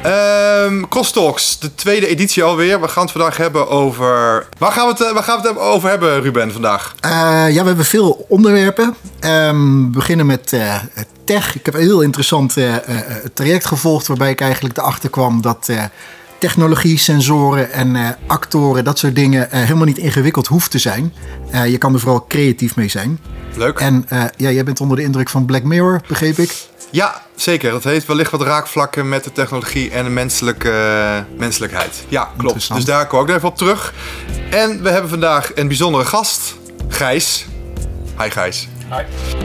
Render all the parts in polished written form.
Crosstalks, de tweede editie alweer. We gaan het vandaag hebben over... Waar gaan we het over hebben, Ruben, vandaag? We hebben veel onderwerpen. We beginnen met tech. Ik heb een heel interessant traject gevolgd waarbij ik eigenlijk erachter kwam dat technologie, sensoren en actoren, dat soort dingen helemaal niet ingewikkeld hoeft te zijn. Je kan er vooral creatief mee zijn. Leuk. En jij bent onder de indruk van Black Mirror, begreep ik? Ja, zeker. Dat heeft wellicht wat raakvlakken met de technologie en de menselijkheid. Ja, klopt. Dus daar kom ik even op terug. En we hebben vandaag een bijzondere gast, Gijs. Hi Gijs. Hi.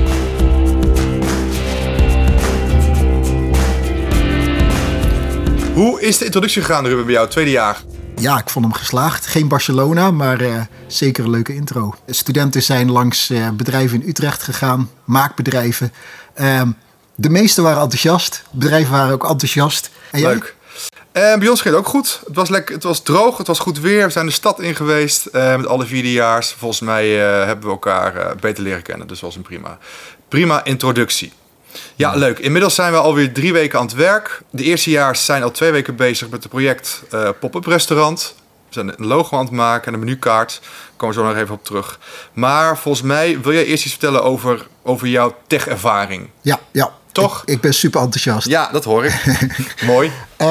Hoe is de introductie gegaan, Ruben, bij jou, tweede jaar? Ja, ik vond hem geslaagd. Geen Barcelona, maar zeker een leuke intro. Studenten zijn langs bedrijven in Utrecht gegaan, maakbedrijven. De meesten waren enthousiast, bedrijven waren ook enthousiast. En leuk. Bij ons ging het ook goed. Het was lekker, het was droog, het was goed weer. We zijn de stad in geweest met alle vierdejaars. Volgens mij hebben we elkaar beter leren kennen, dus dat was een prima introductie. Ja, leuk. Inmiddels zijn we alweer 3 weken aan het werk. De eerstejaars zijn al 2 weken bezig met het project Pop-up Restaurant. We zijn een logo aan het maken en een menukaart. Daar komen we zo nog even op terug. Maar volgens mij wil jij eerst iets vertellen over jouw tech-ervaring. Ja. Toch? Ik ben super enthousiast. Ja, dat hoor ik. Mooi.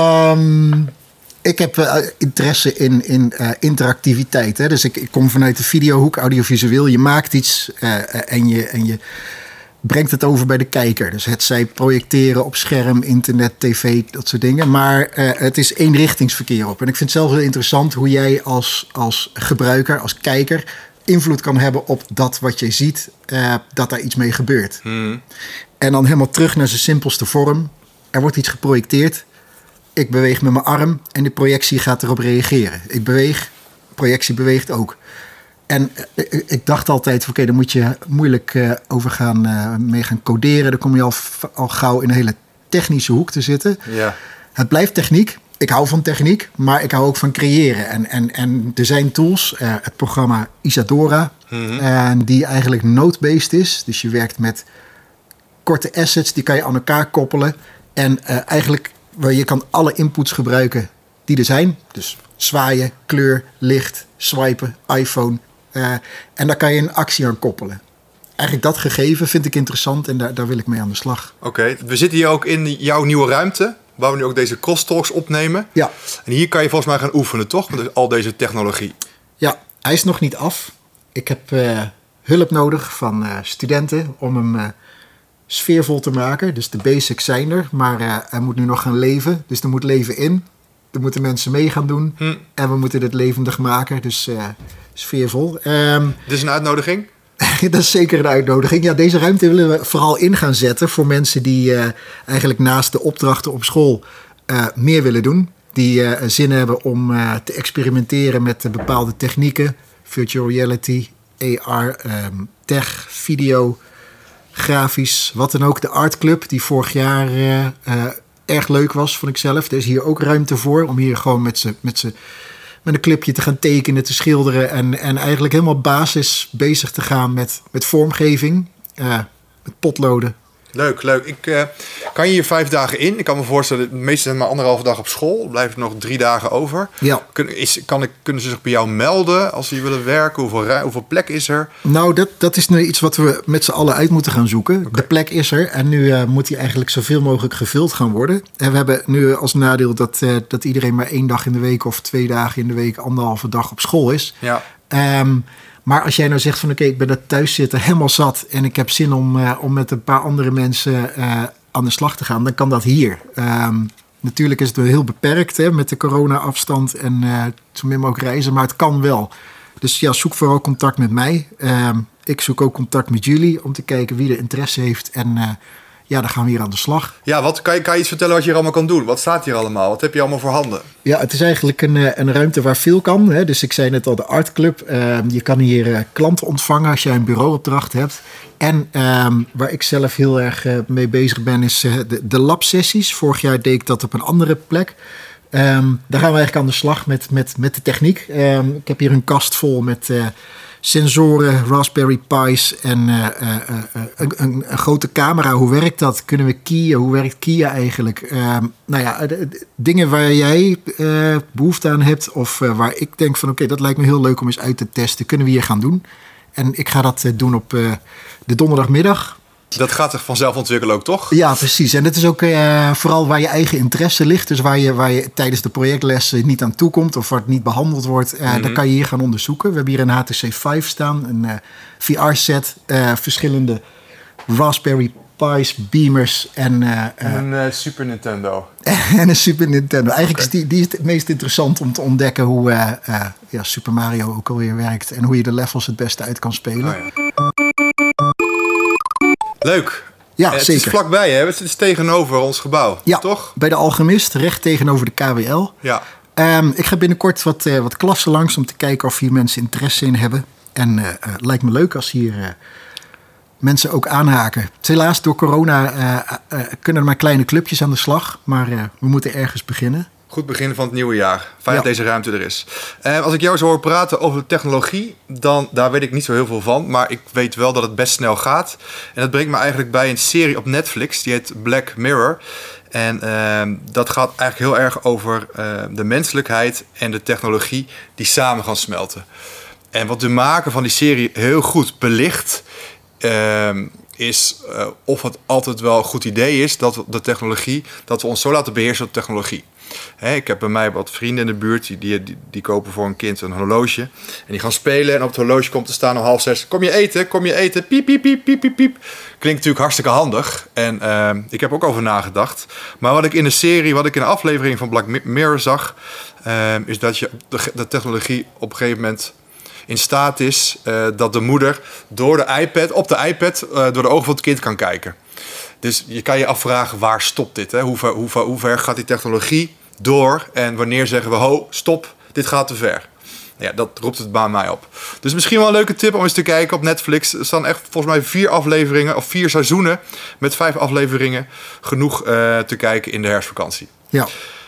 Ik heb interesse in interactiviteit. Hè? Dus ik kom vanuit de videohoek, audiovisueel. Je maakt iets en je brengt het over bij de kijker. Dus het zij projecteren op scherm, internet, tv, dat soort dingen. Maar het is eenrichtingsverkeer op. En ik vind het zelf heel interessant hoe jij als gebruiker, als kijker, invloed kan hebben op dat wat je ziet, dat daar iets mee gebeurt. En dan helemaal terug naar zijn simpelste vorm. Er wordt iets geprojecteerd. Ik beweeg met mijn arm en de projectie gaat erop reageren. Ik beweeg, projectie beweegt ook. En ik dacht altijd, oké, daar moet je moeilijk mee gaan coderen. Dan kom je al gauw in een hele technische hoek te zitten. Ja. Het blijft techniek. Ik hou van techniek, maar ik hou ook van creëren. En er zijn tools, het programma Isadora, die eigenlijk node-based is. Dus je werkt met korte assets, die kan je aan elkaar koppelen. En eigenlijk, je kan alle inputs gebruiken die er zijn. Dus zwaaien, kleur, licht, swipen, iPhone. En daar kan je een actie aan koppelen. Eigenlijk dat gegeven vind ik interessant en daar wil ik mee aan de slag. Oké, we zitten hier ook in jouw nieuwe ruimte, waar we nu ook deze Crosstalks opnemen. Ja. En hier kan je volgens mij gaan oefenen, toch? Met al deze technologie. Ja, hij is nog niet af. Ik heb hulp nodig van studenten om hem sfeervol te maken. Dus de basics zijn er, maar hij moet nu nog gaan leven. Dus er moet leven in. Er moeten mensen mee gaan doen. En we moeten het levendig maken. Dus sfeervol. Dit is een uitnodiging? Dat is zeker een uitnodiging. Ja, deze ruimte willen we vooral in gaan zetten voor mensen die eigenlijk naast de opdrachten op school meer willen doen. Die zin hebben om te experimenteren met bepaalde technieken. Virtual reality, AR, tech, video, grafisch, wat dan ook. De Art Club, die vorig jaar erg leuk was, vond ik zelf. Er is hier ook ruimte voor om hier gewoon met een clipje te gaan tekenen, te schilderen en eigenlijk helemaal basis bezig te gaan met vormgeving, met potloden. Leuk. Kan je hier 5 dagen in? Ik kan me voorstellen, de meeste zijn maar 1,5 dag op school. Er blijven nog 3 dagen over. Ja. Kunnen ze zich bij jou melden als ze willen werken? Hoeveel plek is er? Nou, dat is nu iets wat we met z'n allen uit moeten gaan zoeken. Okay. De plek is er en nu moet die eigenlijk zoveel mogelijk gevuld gaan worden. En we hebben nu als nadeel dat iedereen maar 1 dag in de week of 2 dagen in de week, 1,5 dag op school is. Ja. Maar als jij nou zegt van oké, ik ben er thuis zitten helemaal zat en ik heb zin om met een paar andere mensen aan de slag te gaan, dan kan dat hier. Natuurlijk is het heel beperkt met de corona-afstand en zo min mogelijk reizen, maar het kan wel. Dus ja, zoek vooral contact met mij. Ik zoek ook contact met jullie om te kijken wie er interesse heeft en dan gaan we hier aan de slag. Ja, kan je iets vertellen wat je hier allemaal kan doen? Wat staat hier allemaal? Wat heb je allemaal voor handen? Ja, het is eigenlijk een ruimte waar veel kan. Hè. Dus ik zei net al, de Art Club. Je kan hier klanten ontvangen als jij een bureauopdracht hebt. En waar ik zelf heel erg mee bezig ben, is de labsessies. Vorig jaar deed ik dat op een andere plek. Daar gaan we eigenlijk aan de slag met de techniek. Ik heb hier een kast vol met sensoren, Raspberry Pi's en een grote camera. Hoe werkt dat? Kunnen we keyen? Hoe werkt Kia eigenlijk? Dingen waar jij behoefte aan hebt of waar ik denk van oké, dat lijkt me heel leuk om eens uit te testen. Kunnen we hier gaan doen? En ik ga dat doen op de donderdagmiddag. Dat gaat zich vanzelf ontwikkelen ook, toch? Ja, precies. En dat is ook vooral waar je eigen interesse ligt. Dus waar je tijdens de projectlessen niet aan toekomt of waar het niet behandeld wordt. Dan kan je hier gaan onderzoeken. We hebben hier een HTC Vive staan, een VR-set, verschillende Raspberry Pi's, beamers en... een Super Nintendo. En een Super Nintendo. Eigenlijk is die is het meest interessant om te ontdekken hoe Super Mario ook alweer werkt. En hoe je de levels het beste uit kan spelen. Oh, ja. Leuk. Ja, het zeker. is vlakbij, hè? Het is tegenover ons gebouw, ja, toch? Bij de Alchemist, recht tegenover de KWL. Ja. Ik ga binnenkort wat klassen langs om te kijken of hier mensen interesse in hebben. En het lijkt me leuk als hier mensen ook aanhaken. Helaas, door corona kunnen er maar kleine clubjes aan de slag. Maar we moeten ergens beginnen. Goed begin van het nieuwe jaar. Fijn dat deze ruimte er is. Als ik jou zo hoor praten over de technologie, dan daar weet ik niet zo heel veel van. Maar ik weet wel dat het best snel gaat. En dat brengt me eigenlijk bij een serie op Netflix. Die heet Black Mirror. En dat gaat eigenlijk heel erg over de menselijkheid en de technologie die samen gaan smelten. En wat de maker van die serie heel goed belicht, is of het altijd wel een goed idee is dat we ons zo laten beheersen door technologie. Ik heb bij mij wat vrienden in de buurt die kopen voor een kind een horloge. En die gaan spelen en op het horloge komt te staan om 5:30. Kom je eten? Piep, piep, piep, piep, piep, piep. Klinkt natuurlijk hartstikke handig. En ik heb ook over nagedacht. Maar wat ik in de aflevering van Black Mirror zag, is dat de technologie op een gegeven moment in staat is dat de moeder door de ogen van het kind kan kijken. Dus je kan je afvragen, waar stopt dit? Hè? Hoe ver gaat die technologie door? En wanneer zeggen we, ho, stop, dit gaat te ver. Ja, dat roept het bij mij op. Dus misschien wel een leuke tip om eens te kijken op Netflix. Er staan echt volgens mij 4 afleveringen of 4 seizoenen met 5 afleveringen. Genoeg te kijken in de herfstvakantie. Ja.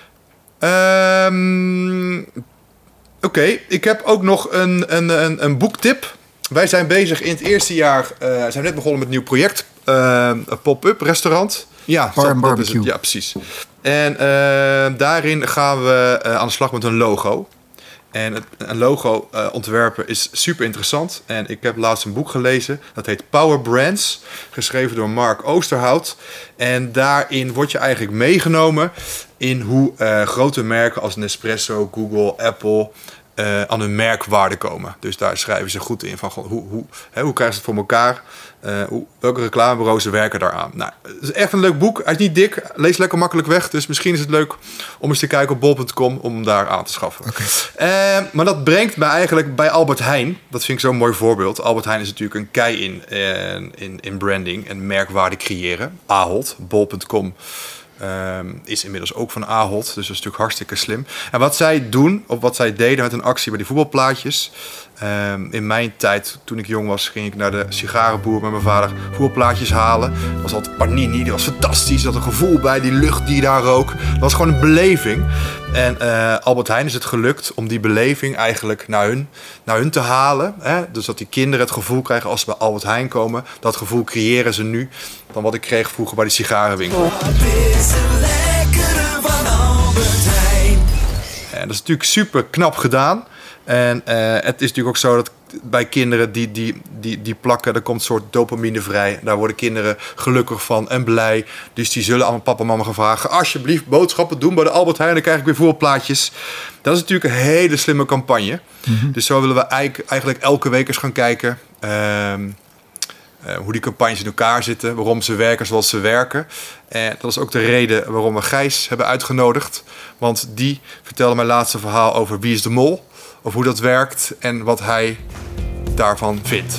Oké, ik heb ook nog een boektip. Wij zijn bezig in het eerste jaar, zijn net begonnen met een nieuw project. Een pop-up restaurant. Ja, barbecue. Ja, precies. En daarin gaan we aan de slag met een logo. En een logo ontwerpen is super interessant. En ik heb laatst een boek gelezen. Dat heet Power Brands. Geschreven door Mark Oosterhout. En daarin word je eigenlijk meegenomen in hoe grote merken als Nespresso, Google, Apple aan hun merkwaarde komen. Dus daar schrijven ze goed in van hoe krijgen ze het voor elkaar? Welke reclamebureaus werken daaraan? Nou, het is echt een leuk boek. Hij is niet dik, leest lekker makkelijk weg. Dus misschien is het leuk om eens te kijken op bol.com om hem daar aan te schaffen. Okay. Maar dat brengt mij eigenlijk bij Albert Heijn. Dat vind ik zo'n mooi voorbeeld. Albert Heijn is natuurlijk een kei in branding en merkwaarde creëren. Ahold, bol.com. Is inmiddels ook van Ahold. Dus dat is natuurlijk hartstikke slim. En wat zij doen, of wat zij deden met een actie bij die voetbalplaatjes. In mijn tijd, toen ik jong was, ging ik naar de sigarenboer met mijn vader voetbalplaatjes halen. Dat was altijd panini, die was fantastisch. Dat had een gevoel bij, die lucht die daar rook. Dat was gewoon een beleving. En Albert Heijn is het gelukt om die beleving eigenlijk naar hun te halen. Hè? Dus dat die kinderen het gevoel krijgen als ze bij Albert Heijn komen. Dat gevoel creëren ze nu dan wat ik kreeg vroeger bij de sigarenwinkel. En dat is natuurlijk super knap gedaan. En het is natuurlijk ook zo dat bij kinderen die plakken, er komt een soort dopamine vrij. Daar worden kinderen gelukkig van en blij. Dus die zullen aan papa en mama gaan vragen, alsjeblieft boodschappen doen bij de Albert Heijn, dan krijg ik weer voetbalplaatjes. Dat is natuurlijk een hele slimme campagne. Mm-hmm. Dus zo willen we eigenlijk elke week eens gaan kijken hoe die campagnes in elkaar zitten, waarom ze werken zoals ze werken. En dat is ook de reden waarom we Gijs hebben uitgenodigd. Want die vertelde mijn laatste verhaal over Wie is de Mol? Of hoe dat werkt en wat hij daarvan vindt.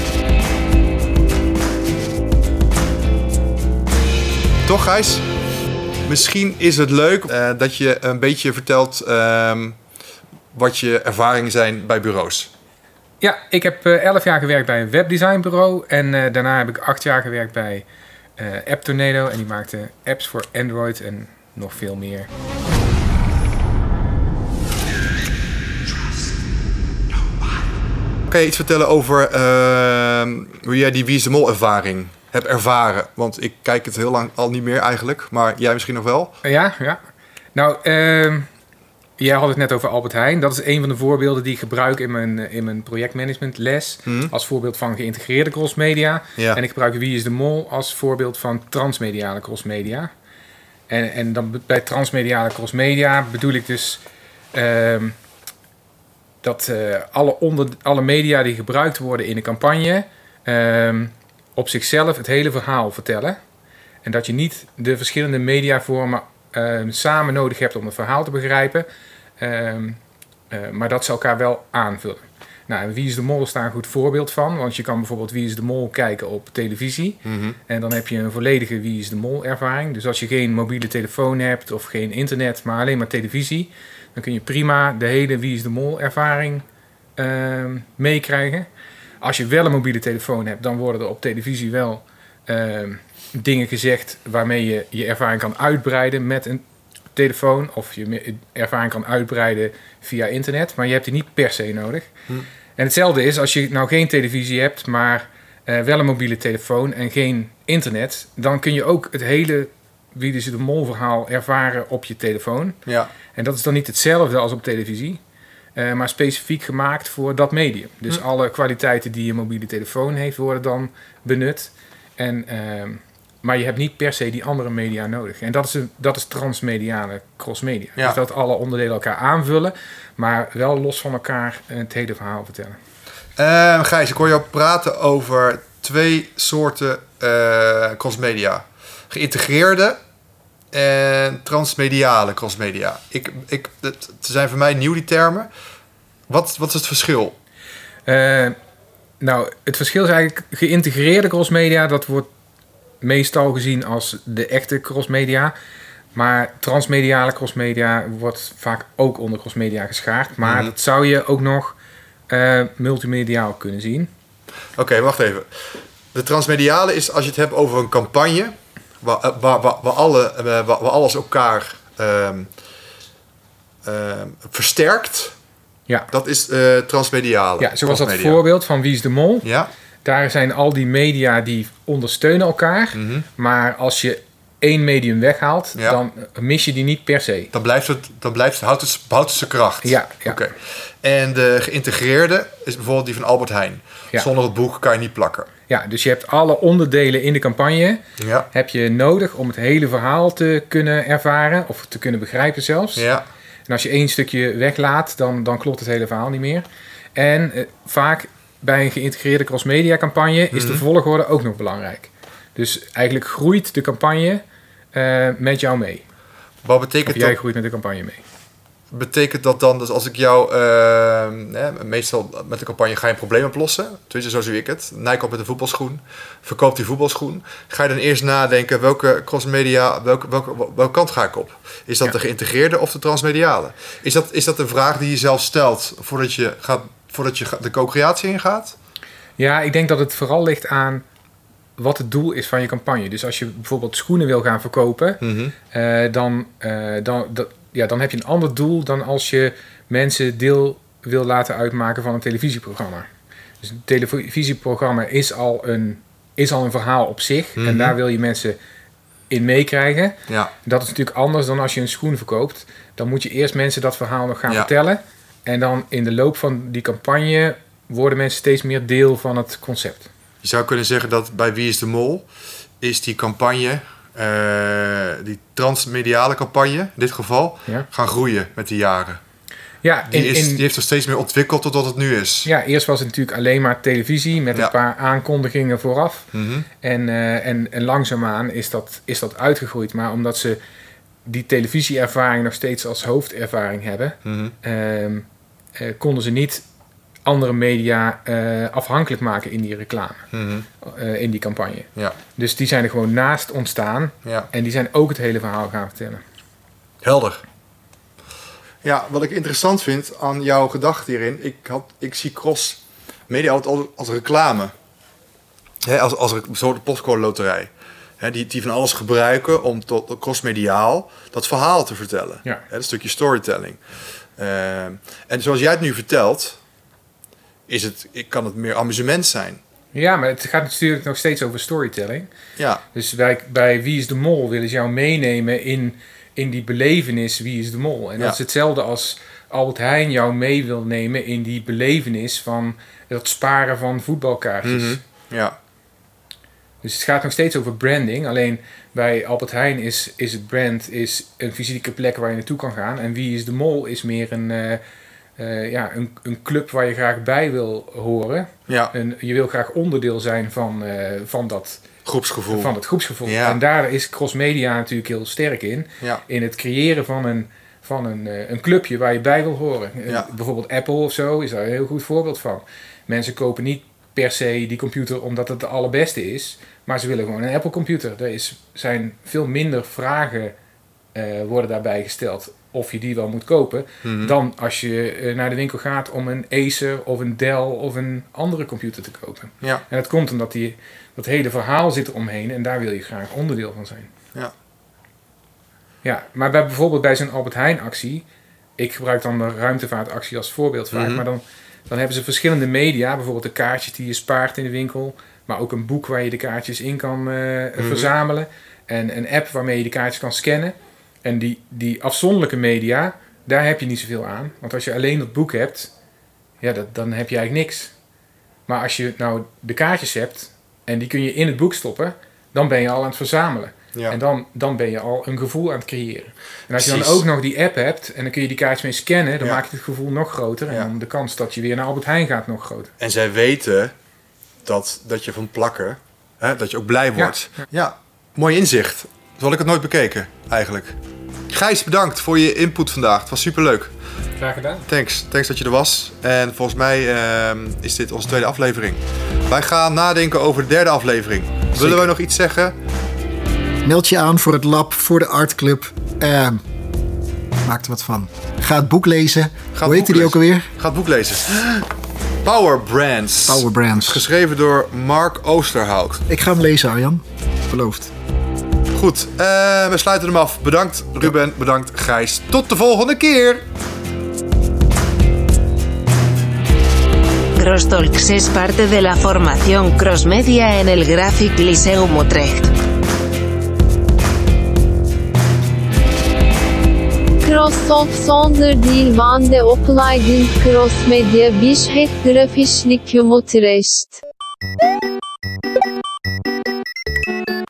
Toch, Gijs? Misschien is het leuk dat je een beetje vertelt wat je ervaringen zijn bij bureaus. Ja, ik heb 11 jaar gewerkt bij een webdesignbureau. En daarna heb ik 8 jaar gewerkt bij AppTornado. En die maakte apps voor Android en nog veel meer. Kan je iets vertellen over hoe jij die Wie is de Mol ervaring hebt ervaren? Want ik kijk het heel lang al niet meer eigenlijk, maar jij misschien nog wel? Ja. Nou, jij had het net over Albert Heijn. Dat is een van de voorbeelden die ik gebruik in mijn projectmanagement les. Als voorbeeld van geïntegreerde crossmedia. Ja. En ik gebruik Wie is de Mol als voorbeeld van transmediale crossmedia. En dan bij transmediale crossmedia bedoel ik dus dat alle media die gebruikt worden in een campagne op zichzelf het hele verhaal vertellen. En dat je niet de verschillende mediavormen samen nodig hebt om het verhaal te begrijpen. Maar dat ze elkaar wel aanvullen. Nou, en Wie is de Mol is daar een goed voorbeeld van. Want je kan bijvoorbeeld Wie is de Mol kijken op televisie. En dan heb je een volledige Wie is de Mol ervaring. Dus als je geen mobiele telefoon hebt of geen internet, maar alleen maar televisie, dan kun je prima de hele Wie is de Mol ervaring meekrijgen. Als je wel een mobiele telefoon hebt, dan worden er op televisie wel dingen gezegd waarmee je je ervaring kan uitbreiden met een telefoon. Of je ervaring kan uitbreiden via internet. Maar je hebt die niet per se nodig. En hetzelfde is als je nou geen televisie hebt, maar wel een mobiele telefoon en geen internet. Dan kun je ook het hele Wie is de Mol verhaal ervaren op je telefoon. Ja. En dat is dan niet hetzelfde als op televisie. Maar specifiek gemaakt voor dat medium. Dus alle kwaliteiten die je mobiele telefoon heeft, worden dan benut. Maar je hebt niet per se die andere media nodig. En dat is transmediale crossmedia. Ja. Dus dat alle onderdelen elkaar aanvullen, maar wel los van elkaar het hele verhaal vertellen. Gijs, ik hoor jou praten over 2 soorten crossmedia. Geïntegreerde en transmediale crossmedia. Het zijn voor mij nieuw, die termen. Wat is het verschil? Nou, het verschil is eigenlijk geïntegreerde crossmedia. Dat wordt meestal gezien als de echte crossmedia. Maar transmediale crossmedia wordt vaak ook onder crossmedia geschaard. Maar dat zou je ook nog multimediaal kunnen zien. Oké, wacht even. De transmediale is als je het hebt over een campagne waar alles elkaar versterkt. Ja. Dat is transmediale. Ja, zoals dat crossmedia. voorbeeld van Wie is de Mol. Ja. Daar zijn al die media die ondersteunen elkaar. Maar als je één medium weghaalt, dan mis je die niet per se. Houdt het zijn kracht. Ja. Oké. En de geïntegreerde is bijvoorbeeld die van Albert Heijn. Ja. Zonder het boek kan je niet plakken. Ja, dus je hebt alle onderdelen in de campagne heb je nodig om het hele verhaal te kunnen ervaren of te kunnen begrijpen zelfs. Ja. En als je één stukje weglaat, dan klopt het hele verhaal niet meer. En vaak bij een geïntegreerde crossmedia campagne is de volgorde ook nog belangrijk. Dus eigenlijk groeit de campagne met jou mee. Wat betekent Jij dat? groeit met de campagne mee. Betekent dat dan, dus als ik jou, meestal met de campagne ga je een probleem oplossen. Tenminste, zo zie ik het. Nike op met een voetbalschoen, verkoopt die voetbalschoen. Ga je dan eerst nadenken, welke crossmedia, welke kant ga ik op? Is dat de geïntegreerde of de transmediale? Is dat een vraag die je zelf stelt voordat je de co-creatie ingaat? Ja, ik denk dat het vooral ligt aan wat het doel is van je campagne. Dus als je bijvoorbeeld schoenen wil gaan verkopen, dan heb je een ander doel dan als je mensen deel wil laten uitmaken van een televisieprogramma. Dus een televisieprogramma is al een verhaal op zich. En daar wil je mensen in meekrijgen. Ja. Dat is natuurlijk anders dan als je een schoen verkoopt. Dan moet je eerst mensen dat verhaal nog gaan vertellen. En dan in de loop van die campagne worden mensen steeds meer deel van het concept. Je zou kunnen zeggen dat bij Wie is de Mol is die campagne, die transmediale campagne in dit geval, gaan groeien met de jaren. Ja, die heeft er steeds meer ontwikkeld tot wat het nu is. Ja, eerst was het natuurlijk alleen maar televisie met een paar aankondigingen vooraf. En langzaamaan is dat uitgegroeid. Maar omdat ze die televisieervaring nog steeds als hoofdervaring hebben, konden ze niet andere media afhankelijk maken in die reclame, in die campagne. Ja. Dus die zijn er gewoon naast ontstaan en die zijn ook het hele verhaal gaan vertellen. Helder. Ja, wat ik interessant vind aan jouw gedachte hierin, ik zie cross-media altijd als reclame. Als zo de postcode loterij. Die van alles gebruiken om tot cross-mediaal dat verhaal te vertellen. Ja. Dat stukje storytelling. En zoals jij het nu vertelt, kan het meer amusement zijn. Ja, maar het gaat natuurlijk nog steeds over storytelling. Ja. Dus bij Wie is de Mol willen ze jou meenemen in die belevenis Wie is de Mol. En dat is hetzelfde als Albert Heijn jou mee wil nemen in die belevenis van het sparen van voetbalkaartjes. Mm-hmm. Ja. Dus het gaat nog steeds over branding. Alleen bij Albert Heijn is het brand een fysieke plek waar je naartoe kan gaan. En Wie is de Mol is meer een club waar je graag bij wil horen. Ja. Je wil graag onderdeel zijn van dat groepsgevoel. Van het groepsgevoel. Ja. En daar is crossmedia natuurlijk heel sterk in. Ja. In het creëren van een clubje waar je bij wil horen. Ja. Bijvoorbeeld Apple of zo is daar een heel goed voorbeeld van. Mensen kopen niet per se die computer omdat het de allerbeste is. Maar ze willen gewoon een Apple computer. Zijn veel minder vragen worden daarbij gesteld of je die wel moet kopen. Mm-hmm. Dan als je naar de winkel gaat om een Acer of een Dell of een andere computer te kopen. Ja. En dat komt omdat dat hele verhaal zit eromheen en daar wil je graag onderdeel van zijn. Ja. Ja, maar bijvoorbeeld bij zo'n Albert Heijn actie, ik gebruik dan de ruimtevaartactie als voorbeeld vaak, Mm-hmm. maar dan hebben ze verschillende media, bijvoorbeeld de kaartjes die je spaart in de winkel, maar ook een boek waar je de kaartjes in kan verzamelen en een app waarmee je de kaartjes kan scannen. En die afzonderlijke media, daar heb je niet zoveel aan. Want als je alleen dat boek hebt, dan heb je eigenlijk niks. Maar als je nou de kaartjes hebt en die kun je in het boek stoppen, dan ben je al aan het verzamelen. Ja. En dan ben je al een gevoel aan het creëren. En als je dan ook nog die app hebt en dan kun je die kaartjes mee scannen, dan maakt het gevoel nog groter. En dan de kans dat je weer naar Albert Heijn gaat nog groter. En zij weten dat je van plakken, dat je ook blij wordt. Ja, mooi inzicht. Zo had ik het nooit bekeken, eigenlijk. Gijs, bedankt voor je input vandaag. Het was superleuk. Graag gedaan. Thanks dat je er was. En volgens mij is dit onze tweede aflevering. Wij gaan nadenken over de derde aflevering. Zeker. Willen wij nog iets zeggen? Meld je aan voor het lab, voor de artclub. Maak er wat van. Ga het boek lezen. Hoe heette die ook alweer? Ga het boek lezen. Power Brands. Power Brands. Geschreven door Mark Oosterhout. Ik ga hem lezen, Arjan. Beloofd. Goed, we sluiten hem af. Bedankt Ruben, bedankt Gijs. Tot de volgende keer! Crosstalks es parte de la formación Crossmedia en el Graphic Lyceum Utrecht. Crosstalks onderdeel Opleiding Crossmedia Bischhet Grafisch Lyceum Utrecht.